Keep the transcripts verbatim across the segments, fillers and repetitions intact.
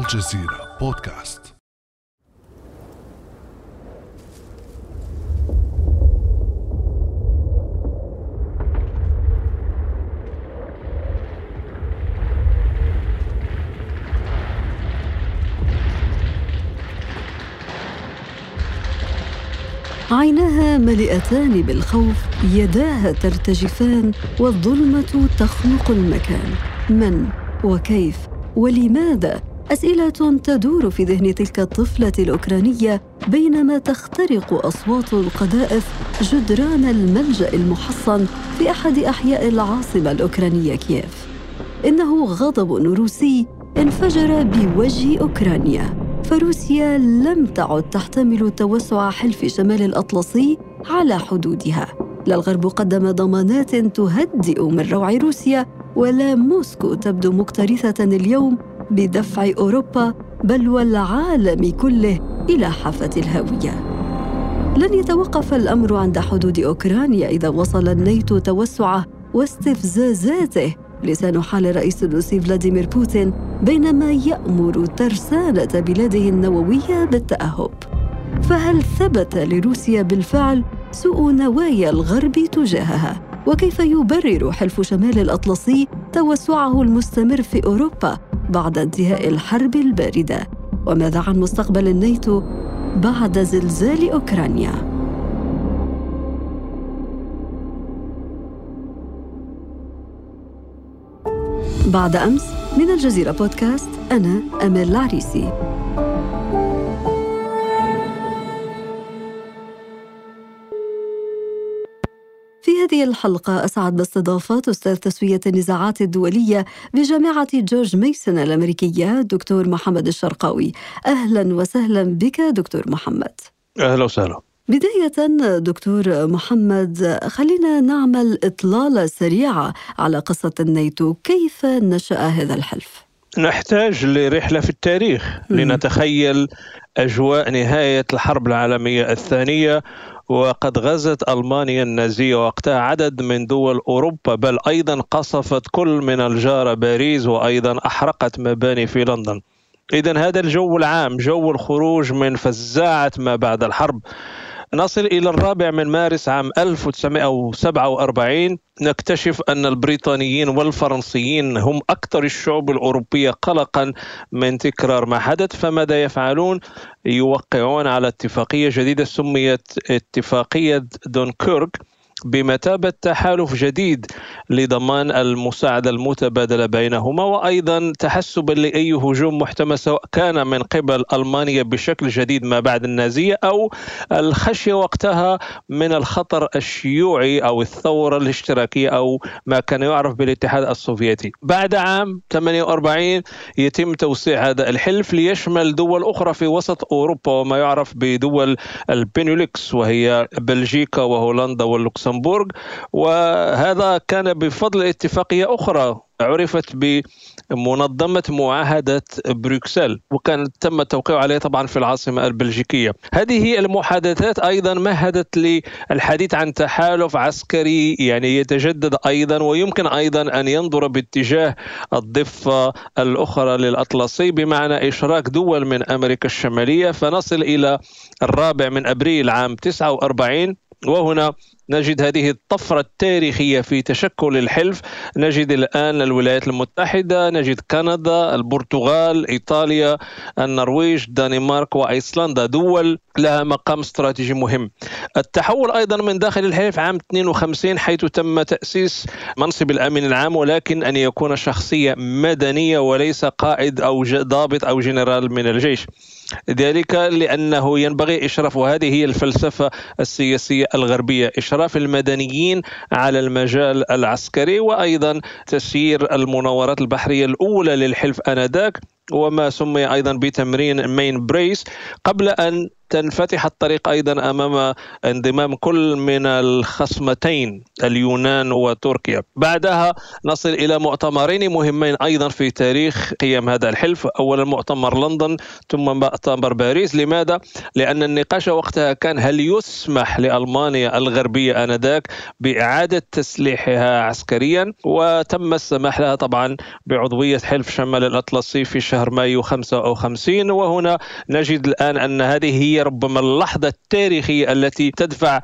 الجزيرة بودكاست. عيناها ملئتان بالخوف، يداها ترتجفان، والظلمة تخنق المكان. من وكيف ولماذا؟ أسئلة تدور في ذهن تلك الطفلة الأوكرانية بينما تخترق أصوات القذائف جدران الملجأ المحصن في أحد أحياء العاصمة الأوكرانية كييف. إنه غضب روسي انفجر بوجه أوكرانيا، فروسيا لم تعد تحتمل توسع حلف شمال الأطلسي على حدودها. لا الغرب قدم ضمانات تهدئ من روع روسيا، ولا موسكو تبدو مكترثة اليوم بدفع أوروبا بل والعالم كله إلى حافة الهاوية. لن يتوقف الأمر عند حدود أوكرانيا إذا وصل الناتو توسعه واستفزازاته. لسان حال الرئيس الروسي فلاديمير بوتين بينما يأمر ترسانة بلاده النووية بالتأهب. فهل ثبت لروسيا بالفعل سوء نوايا الغرب تجاهها؟ وكيف يبرر حلف شمال الأطلسي توسعه المستمر في أوروبا بعد انتهاء الحرب الباردة؟ وماذا عن مستقبل الناتو بعد زلزال أوكرانيا؟ بعد أمس من الجزيرة بودكاست، أنا أمال العريسي. في هذه الحلقة أسعد باستضافة أستاذ تسوية النزاعات الدولية بجامعة جورج ميسون الأمريكية دكتور محمد الشرقاوي. أهلا وسهلا بك دكتور محمد. أهلا وسهلا. بداية دكتور محمد، خلينا نعمل إطلالة سريعة على قصة الناتو. كيف نشأ هذا الحلف؟ نحتاج لرحلة في التاريخ لنتخيل أجواء نهاية الحرب العالمية الثانية، وقد غزت ألمانيا النازية وقتها عدد من دول أوروبا، بل أيضا قصفت كل من الجارة باريس، وأيضا أحرقت مباني في لندن. إذن هذا الجو العام، جو الخروج من فزاعة ما بعد الحرب. نصل إلى الرابع من مارس عام ألف وتسعمائة وسبعة وأربعين، نكتشف أن البريطانيين والفرنسيين هم أكثر الشعوب الأوروبية قلقا من تكرار ما حدث. فماذا يفعلون؟ يوقعون على اتفاقية جديدة سميت اتفاقية دونكيرك بمثابة تحالف جديد لضمان المساعدة المتبادلة بينهما، وأيضا تحسبا لأي هجوم محتمل سواء كان من قبل ألمانيا بشكل جديد ما بعد النازية، أو الخشية وقتها من الخطر الشيوعي أو الثورة الاشتراكية أو ما كان يعرف بالاتحاد السوفيتي. بعد عام ثمانية وأربعين يتم توسيع هذا الحلف ليشمل دول أخرى في وسط أوروبا وما يعرف بدول البنيلوكس، وهي بلجيكا وهولندا واللوكسمبورغ. وهذا كان بفضل اتفاقية أخرى عرفت بمنظمة معاهدة بروكسل، وكان تم التوقيع عليها طبعا في العاصمة البلجيكية. هذه المحادثات أيضا مهدت للحديث عن تحالف عسكري يعني يتجدد أيضا، ويمكن أيضا أن ينظر باتجاه الضفة الأخرى للأطلسي، بمعنى إشراك دول من أمريكا الشمالية. فنصل إلى الرابع من أبريل عام تسعة وأربعين، وهنا نجد هذه الطفرة التاريخية في تشكل الحلف. نجد الآن الولايات المتحدة، نجد كندا، البرتغال، إيطاليا، النرويج، دنمارك وأيسلندا، دول لها مقام استراتيجي مهم. التحول أيضا من داخل الحلف عام اثنين وخمسين، حيث تم تأسيس منصب الأمين العام، ولكن أن يكون شخصية مدنية وليس قائد أو ضابط أو جنرال من الجيش. ذلك لأنه ينبغي إشراف، وهذه هي الفلسفة السياسية الغربية، إشراف المدنيين على المجال العسكري، وأيضا تسيير المناورات البحرية الأولى للحلف آنذاك، وما سمي أيضا بتمرين مين بريس، قبل أن تنفتح الطريق أيضا أمام انضمام كل من الخصمتين اليونان وتركيا. بعدها نصل إلى مؤتمرين مهمين أيضا في تاريخ قيام هذا الحلف. أولا مؤتمر لندن ثم مؤتمر باريس. لماذا؟ لأن النقاش وقتها كان هل يسمح لألمانيا الغربية آنذاك بإعادة تسليحها عسكريا، وتم السماح لها طبعا بعضوية حلف شمال الأطلسي في شهر مايو خمسة وخمسين. وهنا نجد الآن أن هذه هي ربما اللحظة التاريخية التي تدفع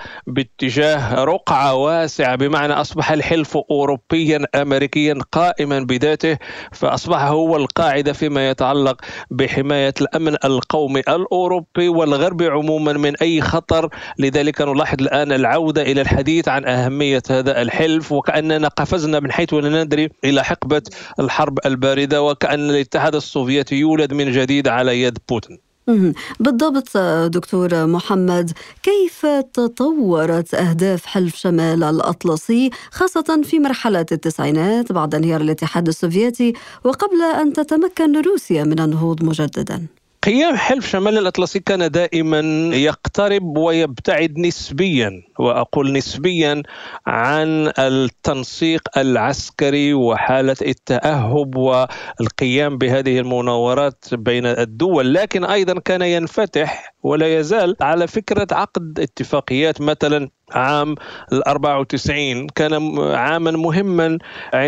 باتجاه رقعة واسعة، بمعنى أصبح الحلف أوروبيا أمريكيا قائما بذاته، فأصبح هو القاعدة فيما يتعلق بحماية الأمن القومي الأوروبي والغربي عموما من أي خطر. لذلك نلاحظ الآن العودة إلى الحديث عن أهمية هذا الحلف، وكأننا قفزنا من حيث لا ندري إلى حقبة الحرب الباردة، وكأن الاتحاد السوفيتي يولد من جديد على يد بوتين. بالضبط دكتور محمد، كيف تطورت أهداف حلف شمال الأطلسي خاصة في مرحلة التسعينات بعد انهيار الاتحاد السوفيتي وقبل أن تتمكن روسيا من النهوض مجددا؟ قيام حلف شمال الأطلسي كان دائما يقترب ويبتعد نسبيا، وأقول نسبيا، عن التنسيق العسكري وحالة التأهب والقيام بهذه المناورات بين الدول، لكن أيضا كان ينفتح ولا يزال على فكرة عقد اتفاقيات. مثلا عام الأربعة وتسعين كان عاما مهما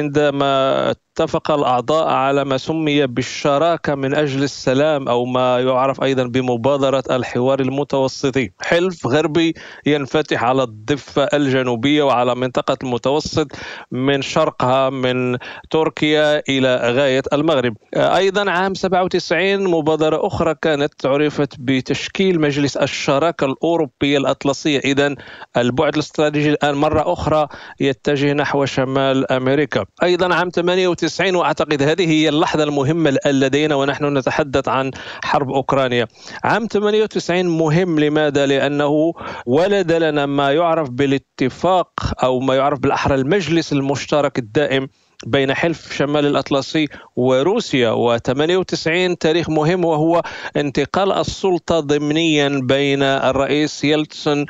عندما اتفق الأعضاء على ما سمي بالشراكة من أجل السلام، أو ما يعرف أيضا بمبادرة الحوار المتوسطي، حلف غربي ينفتح على الضفة الجنوبية وعلى منطقة المتوسط من شرقها من تركيا إلى غاية المغرب. أيضا عام سبعة وتسعين مبادرة أخرى كانت عرفت بتشكيل مجلس الشراكة الأوروبية الأطلسية. إذن البعد الاستراتيجي الآن مرة أخرى يتجه نحو شمال أمريكا. أيضا عام ثمانية وتسعين، وأعتقد هذه هي اللحظة المهمة الآن لدينا ونحن نتحدث عن حرب أوكرانيا. عام ثمانية وتسعين مهم. لماذا؟ لأنه ولد لنا ما يعرف بالاتفاق، أو ما يعرف بالأحرى المجلس المشترك الدائم بين حلف شمال الأطلسي وروسيا. وثمانية وتسعين تاريخ مهم، وهو انتقال السلطة ضمنيا بين الرئيس يلتسن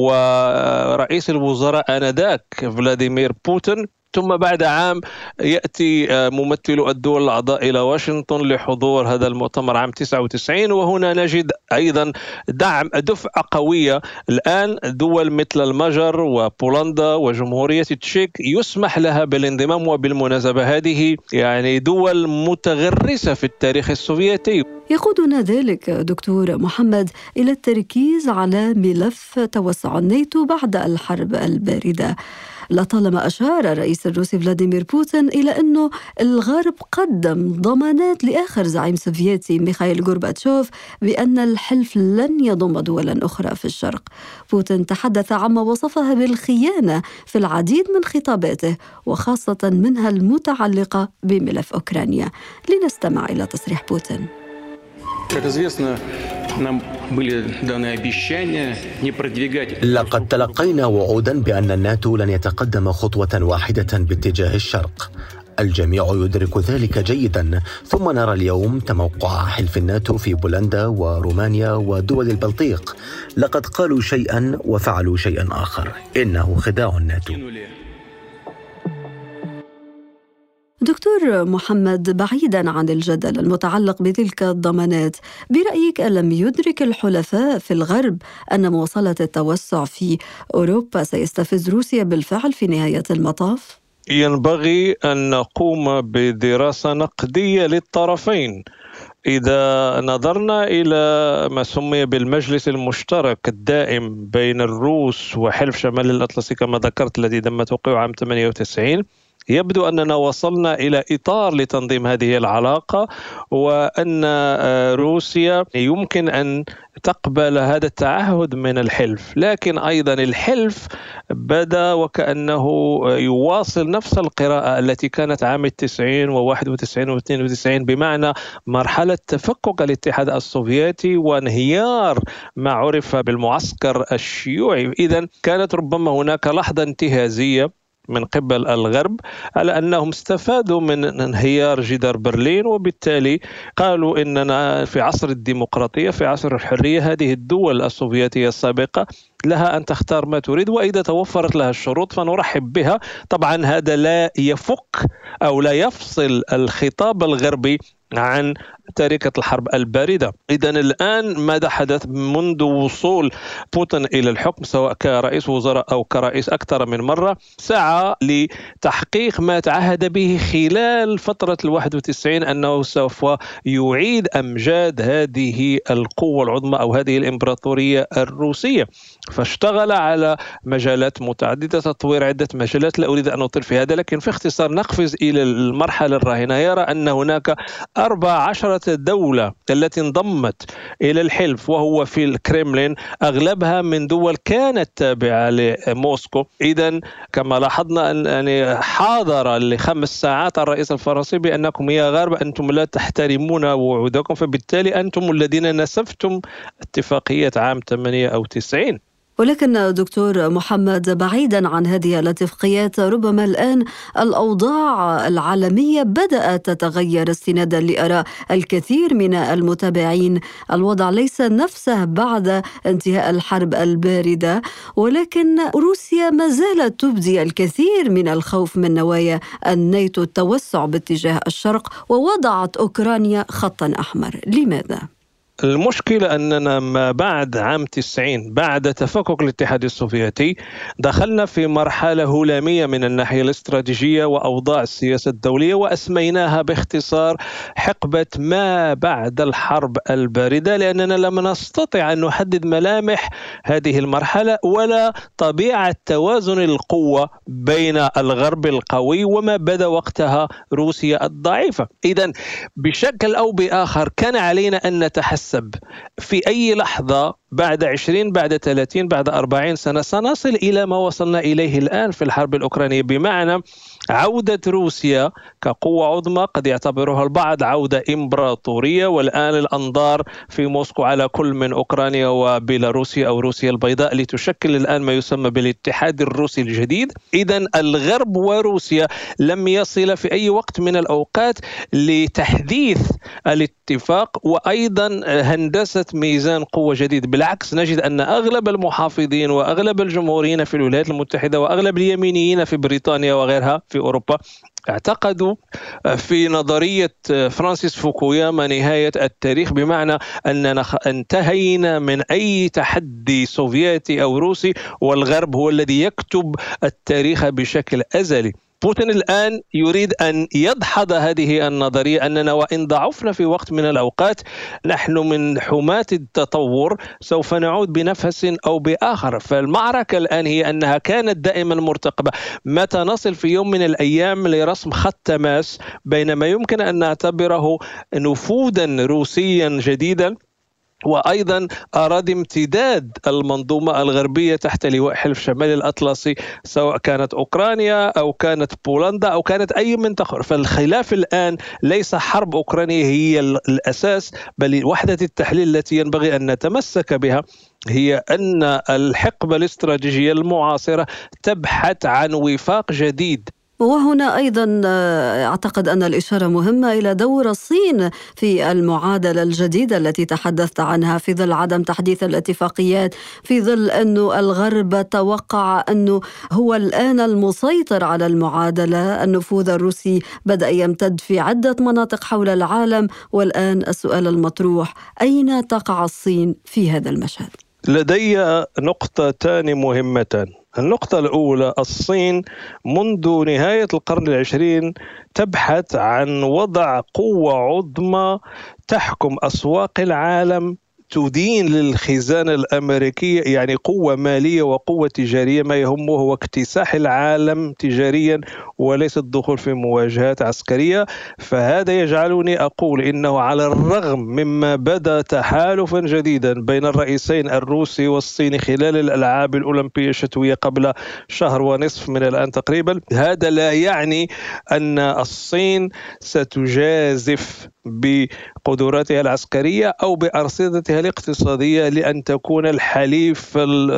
ورئيس الوزراء آنذاك فلاديمير بوتين. ثم بعد عام يأتي ممثل الدول الأعضاء إلى واشنطن لحضور هذا المؤتمر عام تسعة وتسعين، وهنا نجد أيضا دعم دفعة قوية. الآن دول مثل المجر وبولندا وجمهورية التشيك يسمح لها بالانضمام، وبالمناسبة هذه يعني دول متغرسة في التاريخ السوفيتي. يقودنا ذلك دكتور محمد إلى التركيز على ملف توسع الناتو بعد الحرب الباردة. لطالما أشار الرئيس الروسي فلاديمير بوتين إلى أنه الغرب قدم ضمانات لآخر زعيم سوفيتي ميخائيل غورباتشوف بأن الحلف لن يضم دولا أخرى في الشرق. بوتين تحدث عما وصفها بالخيانة في العديد من خطاباته، وخاصة منها المتعلقة بملف أوكرانيا. لنستمع إلى تصريح بوتين. لقد تلقينا وعودا بأن الناتو لن يتقدم خطوة واحدة باتجاه الشرق. الجميع يدرك ذلك جيدا، ثم نرى اليوم تموقع حلف الناتو في بولندا ورومانيا ودول البلطيق. لقد قالوا شيئا وفعلوا شيئا آخر. إنه خداع الناتو. دكتور محمد، بعيدا عن الجدل المتعلق بتلك الضمانات، برأيك ألم يدرك الحلفاء في الغرب أن مواصلة التوسع في أوروبا سيستفز روسيا بالفعل في نهاية المطاف؟ ينبغي أن نقوم بدراسة نقدية للطرفين. إذا نظرنا إلى ما سمي بالمجلس المشترك الدائم بين الروس وحلف شمال الأطلسي كما ذكرت الذي تم توقيعه عام ثمانية وتسعين، يبدو أننا وصلنا إلى إطار لتنظيم هذه العلاقة، وأن روسيا يمكن أن تقبل هذا التعهد من الحلف. لكن أيضا الحلف بدا وكأنه يواصل نفس القراءة التي كانت عام التسعين وواحد وتسعين واثنين وتسعين، بمعنى مرحلة تفكك الاتحاد السوفيتي وانهيار ما عرف بالمعسكر الشيوعي. إذن كانت ربما هناك لحظة انتهازية من قبل الغرب على أنهم استفادوا من انهيار جدار برلين، وبالتالي قالوا إننا في عصر الديمقراطية، في عصر الحرية، هذه الدول السوفيتية السابقة لها أن تختار ما تريد، وإذا توفرت لها الشروط فنرحب بها. طبعا هذا لا يفك أو لا يفصل الخطاب الغربي عن تاريخة الحرب الباردة. إذن الآن ماذا حدث منذ وصول بوتين إلى الحكم سواء كرئيس وزراء أو كرئيس أكثر من مرة؟ سعى لتحقيق ما تعهد به خلال فترة الواحد وتسعين، أنه سوف يعيد أمجاد هذه القوة العظمى أو هذه الإمبراطورية الروسية. فاشتغل على مجالات متعددة، تطوير عدة مجالات، لا أريد أن أطيل في هذا، لكن في اختصار نقفز إلى المرحلة الراهنة. يرى أن هناك أربع عشرة دولة التي انضمت إلى الحلف وهو في الكرملين، أغلبها من دول كانت تابعة لموسكو. إذن كما لاحظنا أن حاضر لخمس ساعات الرئيس الفرنسي بأنكم يا غرب أنتم لا تحترمون وعودكم، فبالتالي أنتم الذين نسفتم اتفاقية عام ثمانية أو تسعين. ولكن دكتور محمد، بعيدا عن هذه الاتفاقيات، ربما الآن الأوضاع العالمية بدأت تتغير استنادا لآراء الكثير من المتابعين. الوضع ليس نفسه بعد انتهاء الحرب الباردة، ولكن روسيا ما زالت تبدي الكثير من الخوف من نوايا الناتو التوسع باتجاه الشرق، ووضعت أوكرانيا خطا أحمر. لماذا؟ المشكلة أننا ما بعد عام تسعين، بعد تفكك الاتحاد السوفيتي، دخلنا في مرحلة هلامية من الناحية الاستراتيجية وأوضاع السياسة الدولية، وأسميناها باختصار حقبة ما بعد الحرب الباردة، لأننا لم نستطع أن نحدد ملامح هذه المرحلة ولا طبيعة توازن القوة بين الغرب القوي وما بدا وقتها روسيا الضعيفة. إذن بشكل أو بآخر كان علينا أن نتحسن في أي لحظة بعد عشرين، بعد ثلاثين، بعد أربعين سنة سنصل إلى ما وصلنا إليه الآن في الحرب الأوكرانية، بمعنى عودة روسيا كقوة عظمى قد يعتبرها البعض عودة إمبراطورية، والآن الأنظار في موسكو على كل من أوكرانيا وبيلاروسيا أو روسيا البيضاء لتشكل الآن ما يسمى بالاتحاد الروسي الجديد. إذن الغرب وروسيا لم يصل في أي وقت من الأوقات لتحديث الاتفاق وأيضا هندسة ميزان قوة جديد. بالعكس، نجد أن أغلب المحافظين وأغلب الجمهوريين في الولايات المتحدة وأغلب اليمينيين في بريطانيا وغيرها في أوروبا اعتقدوا في نظرية فرانسيس فوكوياما نهاية التاريخ، بمعنى أننا انتهينا من أي تحدي سوفيتي أو روسي، والغرب هو الذي يكتب التاريخ بشكل أزلي. بوتين الآن يريد أن يدحض هذه النظرية، أننا وإن ضعفنا في وقت من الأوقات نحن من حماة التطور سوف نعود بنفس أو بآخر. فالمعركة الآن هي أنها كانت دائما مرتقبة، متى نصل في يوم من الأيام لرسم خط تماس بين ما يمكن أن نعتبره نفوذا روسيا جديدا وأيضا أراد امتداد المنظومة الغربية تحت لواء حلف شمال الأطلسي، سواء كانت أوكرانيا أو كانت بولندا أو كانت أي منطقة. فالخلاف الآن ليس حرب أوكرانيا هي الأساس، بل وحدة التحليل التي ينبغي أن نتمسك بها هي أن الحقبة الاستراتيجية المعاصرة تبحث عن وفاق جديد. وهنا أيضا أعتقد أن الإشارة مهمة إلى دور الصين في المعادلة الجديدة التي تحدثت عنها، في ظل عدم تحديث الاتفاقيات، في ظل أن الغرب توقع أنه هو الآن المسيطر على المعادلة. النفوذ الروسي بدأ يمتد في عدة مناطق حول العالم، والآن السؤال المطروح: أين تقع الصين في هذا المشهد؟ لدي نقطتان مهمتان. النقطة الأولى، الصين منذ نهاية القرن العشرين تبحث عن وضع قوة عظمى تحكم أسواق العالم، تدين للخزانة الأمريكية، يعني قوة مالية وقوة تجارية. ما يهمه هو اكتساح العالم تجاريا وليس الدخول في مواجهات عسكرية. فهذا يجعلني أقول إنه على الرغم مما بدا تحالفا جديدا بين الرئيسين الروسي والصيني خلال الألعاب الأولمبية الشتوية قبل شهر ونصف من الآن تقريبا، هذا لا يعني أن الصين ستجازف بقدراتها العسكرية أو بأرصدتها الاقتصادية لأن تكون الحليف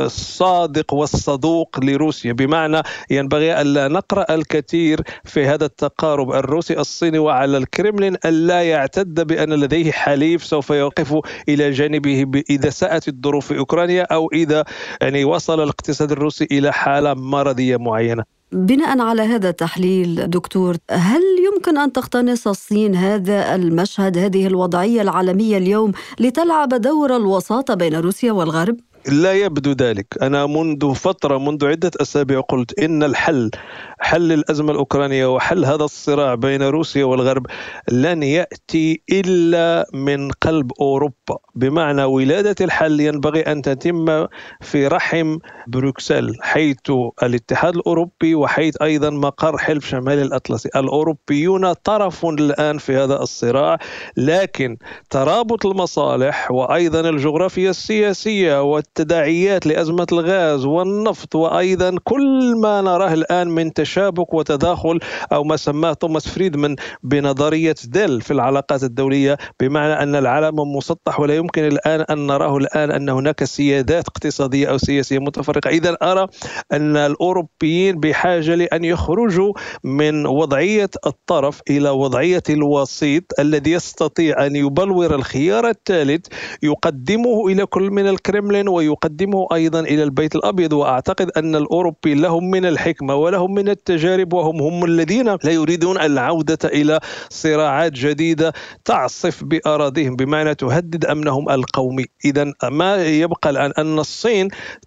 الصادق والصدوق لروسيا. بمعنى ينبغي ألا نقرأ الكثير في هذا التقارب الروسي الصيني، وعلى الكرملين ألا يعتد بأن لديه حليف سوف يقف إلى جانبه إذا ساءت الظروف في أوكرانيا أو إذا يعني وصل الاقتصاد الروسي إلى حالة مرضية معينة. بناء على هذا التحليل دكتور، هل يمكن أن تقتنص الصين هذا المشهد، هذه الوضعية العالمية اليوم لتلعب دور الوساطة بين روسيا والغرب؟ لا يبدو ذلك. أنا منذ فترة منذ عدة أسابيع قلت إن الحل حل الأزمة الأوكرانية وحل هذا الصراع بين روسيا والغرب لن يأتي إلا من قلب أوروبا. بمعنى ولادة الحل ينبغي أن تتم في رحم بروكسل، حيث الاتحاد الأوروبي وحيث أيضا مقر حلف شمال الأطلسي. الأوروبيون طرف الآن في هذا الصراع، لكن ترابط المصالح وأيضا الجغرافيا السياسية والتداعيات لأزمة الغاز والنفط وأيضا كل ما نراه الآن من تشابك وتداخل أو ما سماه توماس فريدمان بنظرية ديل في العلاقات الدولية، بمعنى أن العالم مسطح ولا يمكن الآن أن نراه الآن أن هناك سيادات اقتصادية أو سياسية متفرقة. إذن أرى أن الأوروبيين بحاجة لأن يخرجوا من وضعية الطرف إلى وضعية الوسيط الذي يستطيع أن يبلور الخيار الثالث يقدمه إلى كل من الكرملين ويقدمه أيضا إلى البيت الأبيض. وأعتقد أن الأوروبي لهم من الحكمة ولهم من التجارب، وهم هم الذين لا يريدون العودة إلى صراعات جديدة تعصف بأراضيهم بمعنى تهدد أمنهم القومي. إذن ما يبقى الآن أن الصين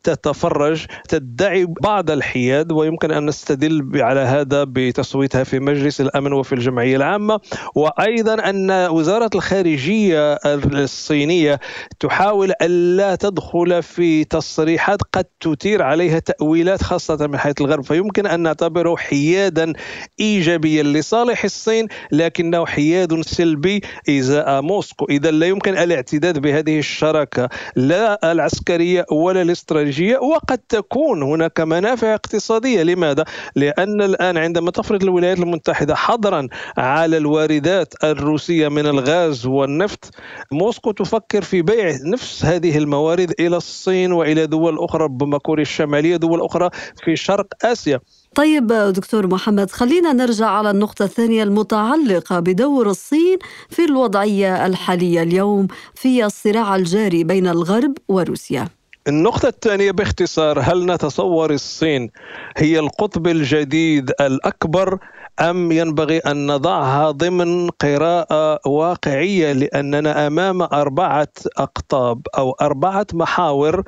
تتفرج، تدعي بعض الحياد، ويمكن أن نستدل على هذا بتصويتها في مجلس الأمن وفي الجمعية العامة، وأيضا أن وزارة الخارجية الصينية تحاول ألا تدخل في تصريحات قد تثير عليها تأويلات خاصة من حيث الغرب، فيمكن أن نعتبره حيادا إيجابيا لصالح الصين لكنه حياد سلبي إزاء موسكو. إذا لا يمكن الاعتداد بهذه الشراكة لا العسكرية ولا الاستراتيجية، وقد تكون هناك منافع اقتصادية. لماذا؟ لأن الآن عندما تفرض الولايات المتحدة حظرا على الواردات الروسية من الغاز والنفط، موسكو تفكر في بيع نفس هذه الموارد إلى الصين وإلى دول أخرى، ربما كوريا الشمالية، دول أخرى في شرق آسيا. طيب دكتور محمد، خلينا نرجع على النقطة الثانية المتعلقة بدور الصين في الوضعية الحالية اليوم في الصراع الجاري بين الغرب وروسيا. النقطة الثانية باختصار، هل نتصور الصين هي القطب الجديد الأكبر أم ينبغي أن نضعها ضمن قراءة واقعية؟ لأننا أمام أربعة أقطاب أو أربعة محاور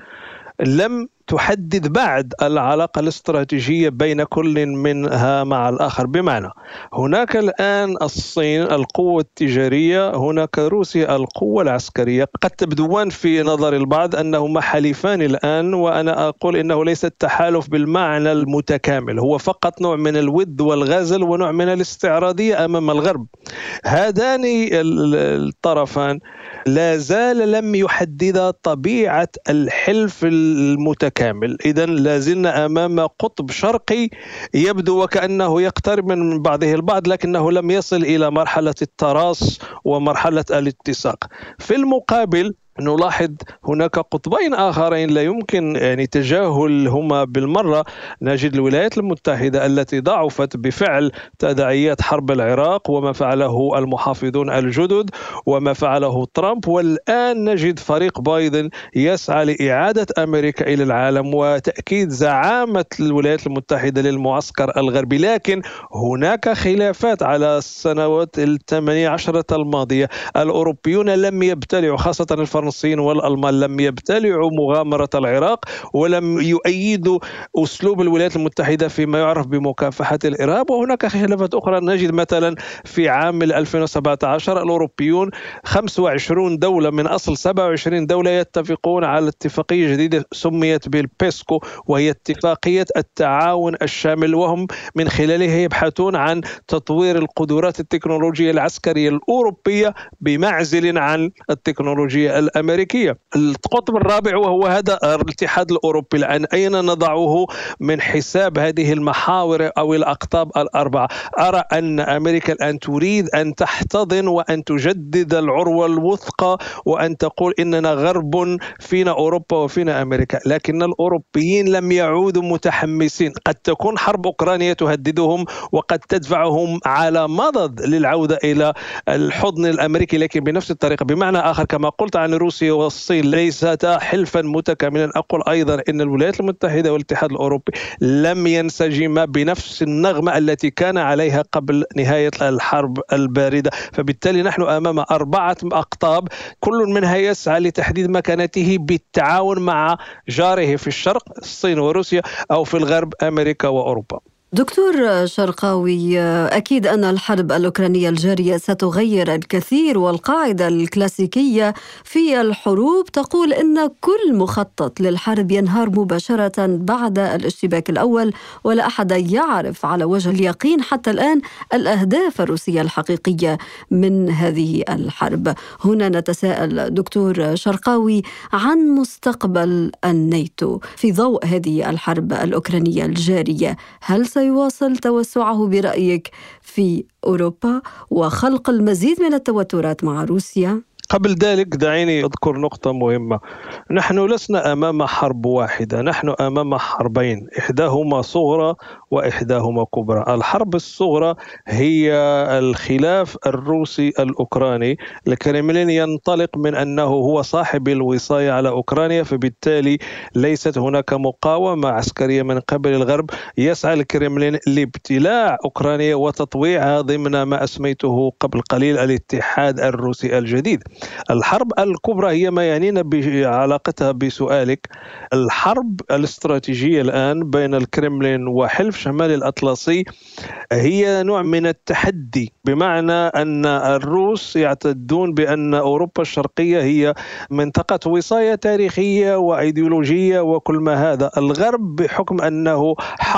لم تحدد بعد العلاقة الاستراتيجية بين كل منها مع الآخر. بمعنى هناك الآن الصين القوة التجارية، هناك روسيا القوة العسكرية. قد تبدوان في نظر البعض أنهما حليفان الآن، وأنا أقول إنه ليس التحالف بالمعنى المتكامل، هو فقط نوع من الود والغزل ونوع من الاستعراضية أمام الغرب. هذان الطرفان لا زال لم يحدد طبيعة الحلف المتكامل كامل. إذن لازلنا أمام قطب شرقي يبدو وكأنه يقترب من بعضه البعض، لكنه لم يصل إلى مرحلة التراص ومرحلة الاتساق. في المقابل نلاحظ هناك قطبين آخرين لا يمكن يعني تجاهلهما بالمرة. نجد الولايات المتحدة التي ضعفت بفعل تداعيات حرب العراق وما فعله المحافظون الجدد وما فعله ترامب، والآن نجد فريق بايدن يسعى لإعادة أمريكا إلى العالم وتأكيد زعامة الولايات المتحدة للمعسكر الغربي. لكن هناك خلافات على السنوات الثمانية عشرة الماضية. الأوروبيون لم يبتلعوا، خاصة الفرنسيين والألمان لم يبتلعوا مغامرة العراق ولم يؤيدوا أسلوب الولايات المتحدة فيما يعرف بمكافحة الإرهاب. وهناك خلافات أخرى، نجد مثلا في عام ألفين وسبعة عشر الأوروبيون خمسة وعشرين دولة من أصل سبعة وعشرين دولة يتفقون على اتفاقية جديدة سميت بالبيسكو، وهي اتفاقية التعاون الشامل، وهم من خلالها يبحثون عن تطوير القدرات التكنولوجية العسكرية الأوروبية بمعزل عن التكنولوجيا الأمريكية. القطب الرابع وهو هذا الاتحاد الأوروبي، الآن أين نضعه من حساب هذه المحاور أو الأقطاب الأربعة؟ أرى أن أمريكا الآن تريد أن تحتضن وأن تجدد العروة الوثقى وأن تقول إننا غرب فينا أوروبا وفينا أمريكا، لكن الأوروبيين لم يعودوا متحمسين. قد تكون حرب أوكرانيا تهددهم وقد تدفعهم على مضض للعودة إلى الحضن الأمريكي، لكن بنفس الطريقة. بمعنى آخر، كما قلت عن روسيا والصين ليستا حلفا متكاملا، أقول أيضا أن الولايات المتحدة والاتحاد الأوروبي لم ينسجما بنفس النغمة التي كان عليها قبل نهاية الحرب الباردة. فبالتالي نحن أمام أربعة أقطاب كل منها يسعى لتحديد مكانته بالتعاون مع جاره في الشرق الصين وروسيا، أو في الغرب أمريكا وأوروبا. دكتور شرقاوي، أكيد أن الحرب الأوكرانية الجارية ستغير الكثير، والقاعدة الكلاسيكية في الحروب تقول أن كل مخطط للحرب ينهار مباشرة بعد الاشتباك الأول، ولا أحد يعرف على وجه اليقين حتى الآن الأهداف الروسية الحقيقية من هذه الحرب. هنا نتساءل دكتور شرقاوي عن مستقبل الناتو في ضوء هذه الحرب الأوكرانية الجارية. هل سيواصل توسعه برأيك في أوروبا وخلق المزيد من التوترات مع روسيا؟ قبل ذلك دعيني أذكر نقطة مهمة. نحن لسنا أمام حرب واحدة، نحن أمام حربين، إحداهما صغرى وإحداهما كبرى. الحرب الصغرى هي الخلاف الروسي الأوكراني. الكرملين ينطلق من أنه هو صاحب الوصاية على أوكرانيا، فبالتالي ليست هناك مقاومة عسكرية من قبل الغرب. يسعى الكرملين لابتلاع أوكرانيا وتطويعها ضمن ما أسميته قبل قليل الاتحاد الروسي الجديد. الحرب الكبرى هي ما يعنينا بعلاقتها بسؤالك. الحرب الاستراتيجية الآن بين الكرملين وحلف شمال الأطلسي هي نوع من التحدي، بمعنى أن الروس يعتدون بأن أوروبا الشرقية هي منطقة وصاية تاريخية وإيديولوجية وكل ما هذا. الغرب بحكم أنه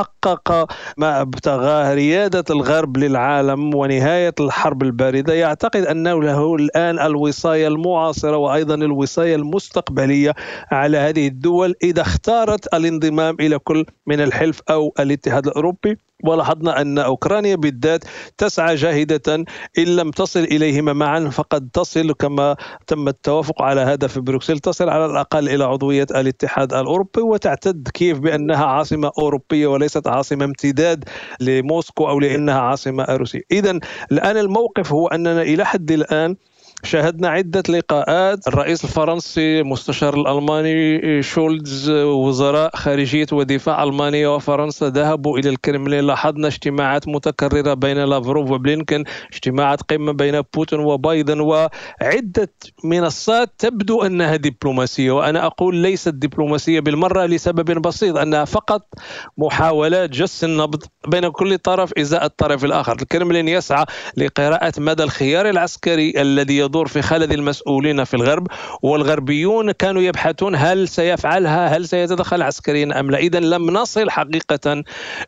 حقق ما ابتغاه ريادة الغرب للعالم ونهاية الحرب الباردة، يعتقد أنه له الآن الوصاية المعاصرة وأيضا الوصاية المستقبلية على هذه الدول إذا اختارت الانضمام إلى كل من الحلف أو الاتحاد الأوروبي. ولاحظنا أن أوكرانيا بالذات تسعى جاهدة، إن لم تصل إليهما معا فقد تصل، كما تم التوافق على هذا في بروكسل، تصل على الأقل إلى عضوية الاتحاد الأوروبي، وتعتد كييف بأنها عاصمة أوروبية وليست عاصمة امتداد لموسكو أو لأنها عاصمة روسية. إذن الآن الموقف هو أننا إلى حد الآن شاهدنا عدة لقاءات. الرئيس الفرنسي، المستشار الألماني شولتز، وزراء خارجية ودفاع ألمانيا وفرنسا ذهبوا إلى الكرملين. لاحظنا اجتماعات متكررة بين لافروف وبلينكن، اجتماعات قمة بين بوتين وبايدن، وعدة منصات تبدو أنها دبلوماسية. وأنا أقول ليست دبلوماسية بالمرة لسبب بسيط، أنها فقط محاولات جس النبض بين كل طرف إزاء الطرف الآخر. الكرملين يسعى لقراءة مدى الخيار العسكري الذي يدور في خلد المسؤولين في الغرب، والغربيون كانوا يبحثون هل سيفعلها، هل سيتدخل عسكريا أم لا. إذن لم نصل حقيقة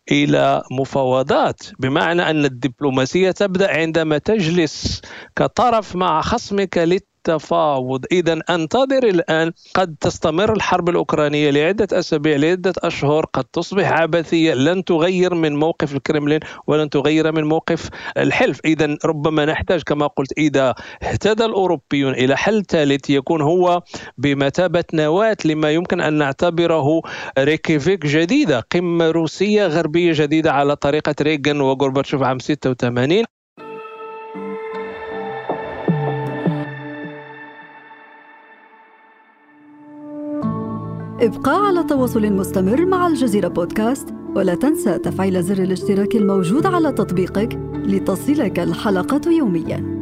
إلى مفاوضات، بمعنى أن الدبلوماسية تبدأ عندما تجلس كطرف مع خصمك للتفاوض. إذن أنتظر الآن، قد تستمر الحرب الأوكرانية لعدة أسابيع لعدة أشهر، قد تصبح عبثية، لن تغير من موقف الكرملين ولن تغير من موقف الحلف. إذن ربما نحتاج كما قلت، إذا اهتدى الأوروبيون إلى حل ثالث يكون هو بمثابة نواة لما يمكن أن نعتبره ريكيفيك جديدة، قمة روسية غربية جديدة على طريقة ريغان وغورباتشوف عام ستة وثمانين. ابقى على تواصل مستمر مع الجزيرة بودكاست، ولا تنسى تفعيل زر الاشتراك الموجود على تطبيقك لتصلك الحلقة يومياً.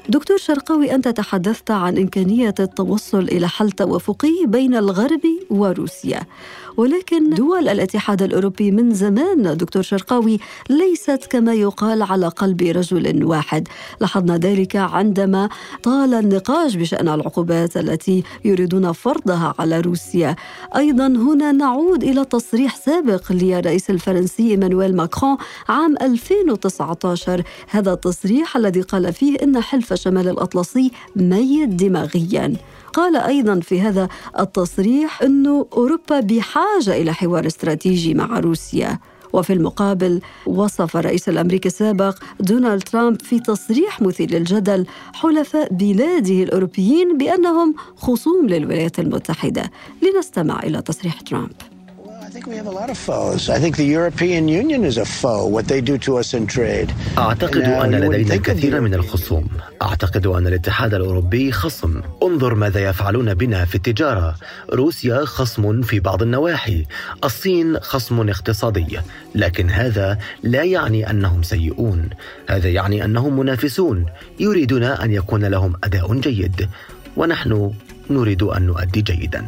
دكتور شرقاوي، أنت تحدثت عن إمكانية التوصل إلى حل توافقي بين الغرب وروسيا، ولكن دول الاتحاد الأوروبي من زمان دكتور شرقاوي ليست كما يقال على قلب رجل واحد. لاحظنا ذلك عندما طال النقاش بشأن العقوبات التي يريدون فرضها على روسيا. أيضا هنا نعود إلى تصريح سابق للرئيس الفرنسي إيمانويل ماكرون عام ألفين وتسعة عشر، هذا التصريح الذي قال فيه إن حلف شمال الأطلسي ميت دماغيا. قال أيضا في هذا التصريح أن أوروبا بحاجة إلى حوار استراتيجي مع روسيا. وفي المقابل وصف الرئيس الأمريكي السابق دونالد ترامب في تصريح مثير للجدل حلفاء بلاده الأوروبيين بأنهم خصوم للولايات المتحدة. لنستمع إلى تصريح ترامب. I think we have a lot of foes. I think the European Union is a foe. What they do to us in trade. أعتقد أن لدينا الكثير من الخصوم. أعتقد أن الاتحاد الأوروبي خصم. انظر ماذا يفعلون بنا في التجارة. روسيا خصم في بعض النواحي. الصين خصم اقتصادي. لكن هذا لا يعني أنهم سيئون. هذا يعني أنهم منافسون يريدون أن يكون لهم أداء جيد، ونحن نريد أن نؤدي جيدا.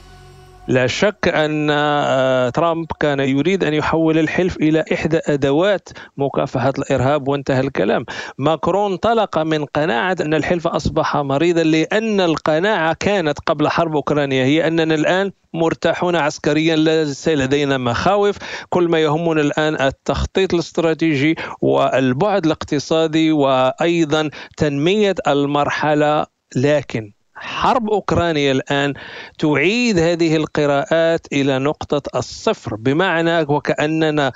لا شك أن ترامب كان يريد أن يحول الحلف إلى إحدى أدوات مكافحة الإرهاب، وانتهى الكلام. ماكرون انطلق من قناعة أن الحلف أصبح مريضا، لأن القناعة كانت قبل حرب أوكرانيا هي أننا الآن مرتاحون عسكريا، ليس لدينا مخاوف، كل ما يهمنا الآن التخطيط الاستراتيجي والبعد الاقتصادي وأيضا تنمية المرحلة. لكن حرب أوكرانيا الآن تعيد هذه القراءات إلى نقطة الصفر، بمعنى وكأننا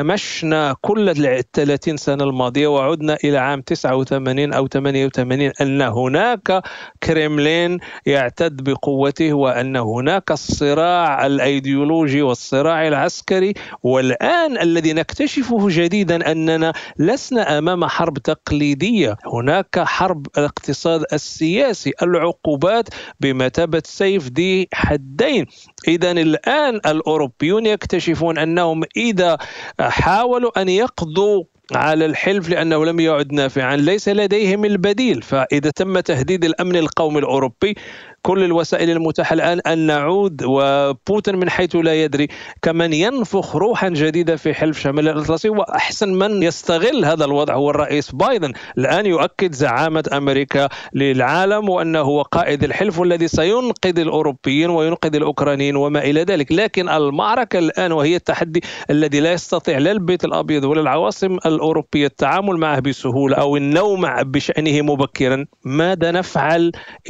كمشنا كل الثلاثين سنة الماضية وعدنا إلى عام تسعة وثمانين أو ثمانية وثمانين، أن هناك كريملين يعتد بقوته، وأن هناك الصراع الأيديولوجي والصراع العسكري. والآن الذي نكتشفه جديدا أننا لسنا أمام حرب تقليدية، هناك حرب الاقتصاد السياسي، العقوبات بمثابة سيف ذي حدين. إذن الآن الأوروبيون يكتشفون أنهم إذا حاولوا أن يقضوا على الحلف لأنه لم يعد نافعا ليس لديهم البديل. فإذا تم تهديد الأمن القومي الأوروبي، كل الوسائل المتاحة الآن أن نعود، وبوتين من حيث لا يدري كمن ينفخ روحا جديدة في حلف شمال الأطلسي. وأحسن من يستغل هذا الوضع هو الرئيس بايدن، الآن يؤكد زعامة أمريكا للعالم وأنه هو قائد الحلف والذي سينقذ الأوروبيين وينقذ الأوكرانيين وما إلى ذلك. لكن المعركة الآن وهي التحدي الذي لا يستطيع لا البيت الأبيض ولا العواصم الأوروبية التعامل معه بسهولة أو النوم بشأنه مبكرا. ماذا نفعل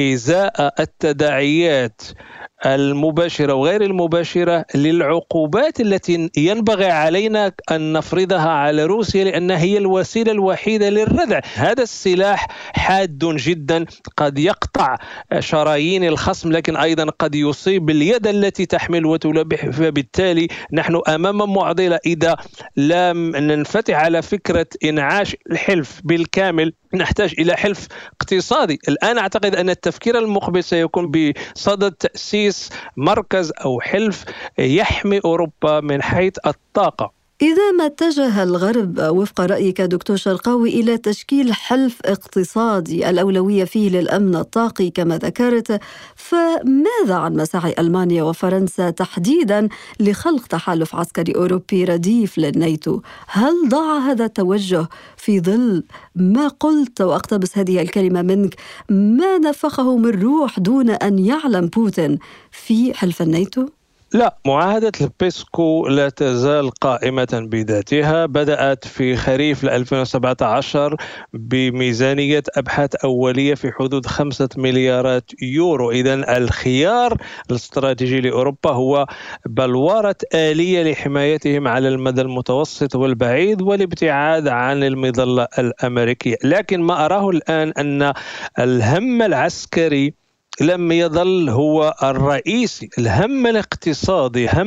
إزاء التداعيات المباشرة وغير المباشرة للعقوبات التي ينبغي علينا أن نفرضها على روسيا، لأنها هي الوسيلة الوحيدة للردع. هذا السلاح حاد جدا، قد يقطع شرايين الخصم لكن أيضا قد يصيب اليد التي تحمل وتلبح. فبالتالي نحن أمام معضلة إذا لم ننفتح على فكرة إنعاش الحلف بالكامل. نحتاج إلى حلف اقتصادي. الآن أعتقد أن التفكير المقبل سيكون بصدد تأسيس مركز أو حلف يحمي أوروبا من حيث الطاقة. إذا ما اتجه الغرب وفق رأيك دكتور شرقاوي إلى تشكيل حلف اقتصادي الأولوية فيه للأمن الطاقي كما ذكرت، فماذا عن مساعي ألمانيا وفرنسا تحديدا لخلق تحالف عسكري أوروبي رديف للناتو؟ هل ضاع هذا التوجه في ظل ما قلت، وأقتبس هذه الكلمة منك، ما نفخه من روح دون أن يعلم بوتين في حلف الناتو؟ لا، معاهدة البيسكو لا تزال قائمة بذاتها. بدأت في خريف ألفين وسبعة عشر بميزانية أبحاث أولية في حدود خمسة مليارات يورو. إذن الخيار الاستراتيجي لأوروبا هو بلورة آلية لحمايتهم على المدى المتوسط والبعيد والابتعاد عن المظلة الأمريكية. لكن ما أراه الآن أن الهم العسكري لم يظل هو الرئيسي، الهم الاقتصادي، هم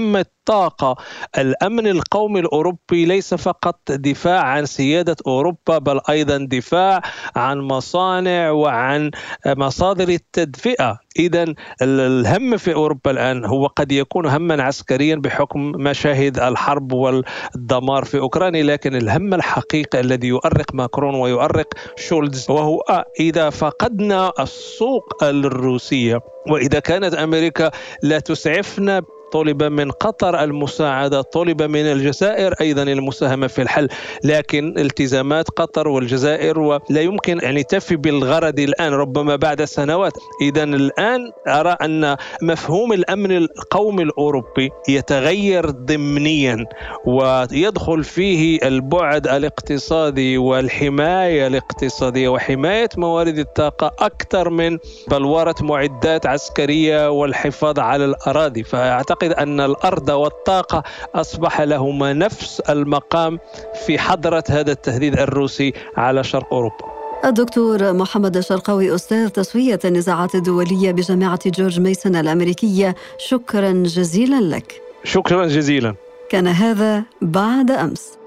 الطاقة. الأمن القومي الأوروبي ليس فقط دفاع عن سيادة أوروبا، بل أيضا دفاع عن مصانع وعن مصادر التدفئة. إذن الهم في أوروبا الآن هو قد يكون هما عسكريا بحكم مشاهد الحرب والدمار في أوكرانيا، لكن الهم الحقيقي الذي يؤرق ماكرون ويؤرق شولز وهو إذا فقدنا السوق الروسية، وإذا كانت أمريكا لا تسعفنا. طلب من قطر المساعدة، طلب من الجزائر أيضا المساهمة في الحل، لكن التزامات قطر والجزائر ولا يمكن أن تفي بالغرض الآن، ربما بعد سنوات. إذا الآن أرى أن مفهوم الأمن القومي الأوروبي يتغير ضمنيا، ويدخل فيه البعد الاقتصادي والحماية الاقتصادية وحماية موارد الطاقة أكثر من بلورة معدات عسكرية والحفاظ على الأراضي. فأعتقد أعتقد أن الأرض والطاقة أصبح لهما نفس المقام في حضرة هذا التهديد الروسي على شرق أوروبا. الدكتور محمد الشرقاوي، أستاذ تسوية النزاعات الدولية بجامعة جورج ميسون الأمريكية، شكرا جزيلا لك. شكرا جزيلا. كان هذا بعد أمس.